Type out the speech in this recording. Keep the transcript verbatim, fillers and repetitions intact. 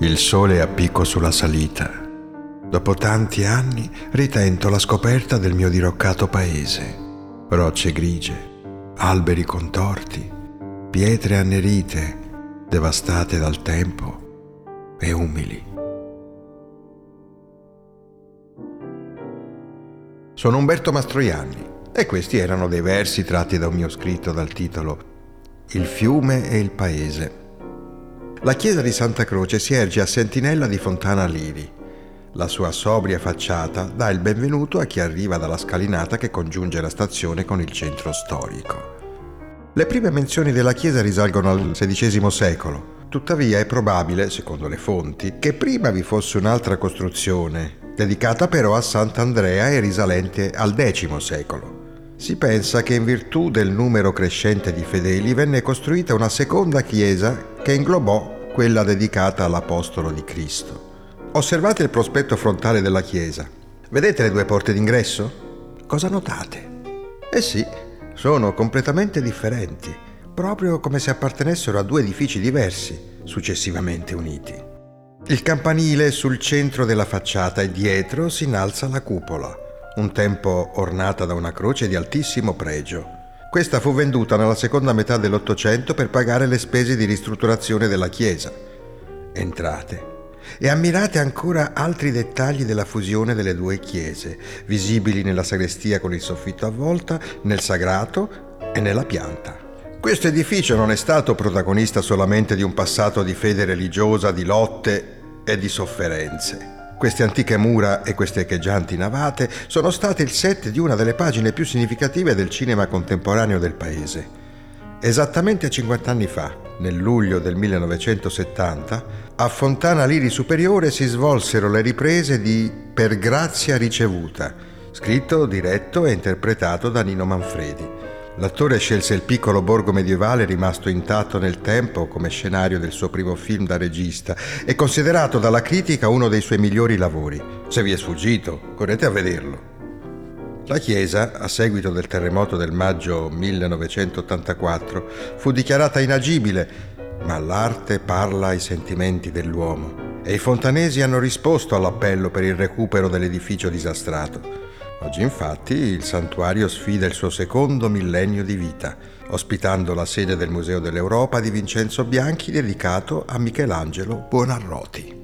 Il sole è a picco sulla salita. Dopo tanti anni ritento la scoperta del mio diroccato paese. Rocce grigie, alberi contorti, pietre annerite, devastate dal tempo e umili. Sono Umberto Mastroianni e questi erano dei versi tratti da un mio scritto dal titolo Il fiume e il paese. La chiesa di Santa Croce si erge a sentinella di Fontana Liri. La sua sobria facciata dà il benvenuto a chi arriva dalla scalinata che congiunge la stazione con il centro storico. Le prime menzioni della chiesa risalgono al sedicesimo secolo. Tuttavia è probabile, secondo le fonti, che prima vi fosse un'altra costruzione, dedicata però a Sant'Andrea e risalente al decimo secolo. Si pensa che in virtù del numero crescente di fedeli venne costruita una seconda chiesa che inglobò quella dedicata all'Apostolo di Cristo. Osservate il prospetto frontale della chiesa. Vedete le due porte d'ingresso? Cosa notate? Eh sì, sono completamente differenti, proprio come se appartenessero a due edifici diversi, successivamente uniti. Il campanile è sul centro della facciata e dietro si innalza la cupola, un tempo ornata da una croce di altissimo pregio. Questa fu venduta nella seconda metà dell'Ottocento per pagare le spese di ristrutturazione della chiesa. Entrate e ammirate ancora altri dettagli della fusione delle due chiese, visibili nella sagrestia con il soffitto a volta, nel sagrato e nella pianta. Questo edificio non è stato protagonista solamente di un passato di fede religiosa, di lotte e di sofferenze. Queste antiche mura e queste echeggianti navate sono state il set di una delle pagine più significative del cinema contemporaneo del paese. Esattamente cinquanta anni fa, nel luglio del millenovecentosettanta, a Fontana Liri Superiore si svolsero le riprese di Per grazia ricevuta, scritto, diretto e interpretato da Nino Manfredi. L'attore scelse il piccolo borgo medievale rimasto intatto nel tempo come scenario del suo primo film da regista e considerato dalla critica uno dei suoi migliori lavori. Se vi è sfuggito, correte a vederlo. La chiesa, a seguito del terremoto del maggio millenovecentottantaquattro, fu dichiarata inagibile, ma l'arte parla ai sentimenti dell'uomo e i fontanesi hanno risposto all'appello per il recupero dell'edificio disastrato. Oggi infatti il santuario sfida il suo secondo millennio di vita, ospitando la sede del Museo dell'Europa di Vincenzo Bianchi dedicato a Michelangelo Buonarroti.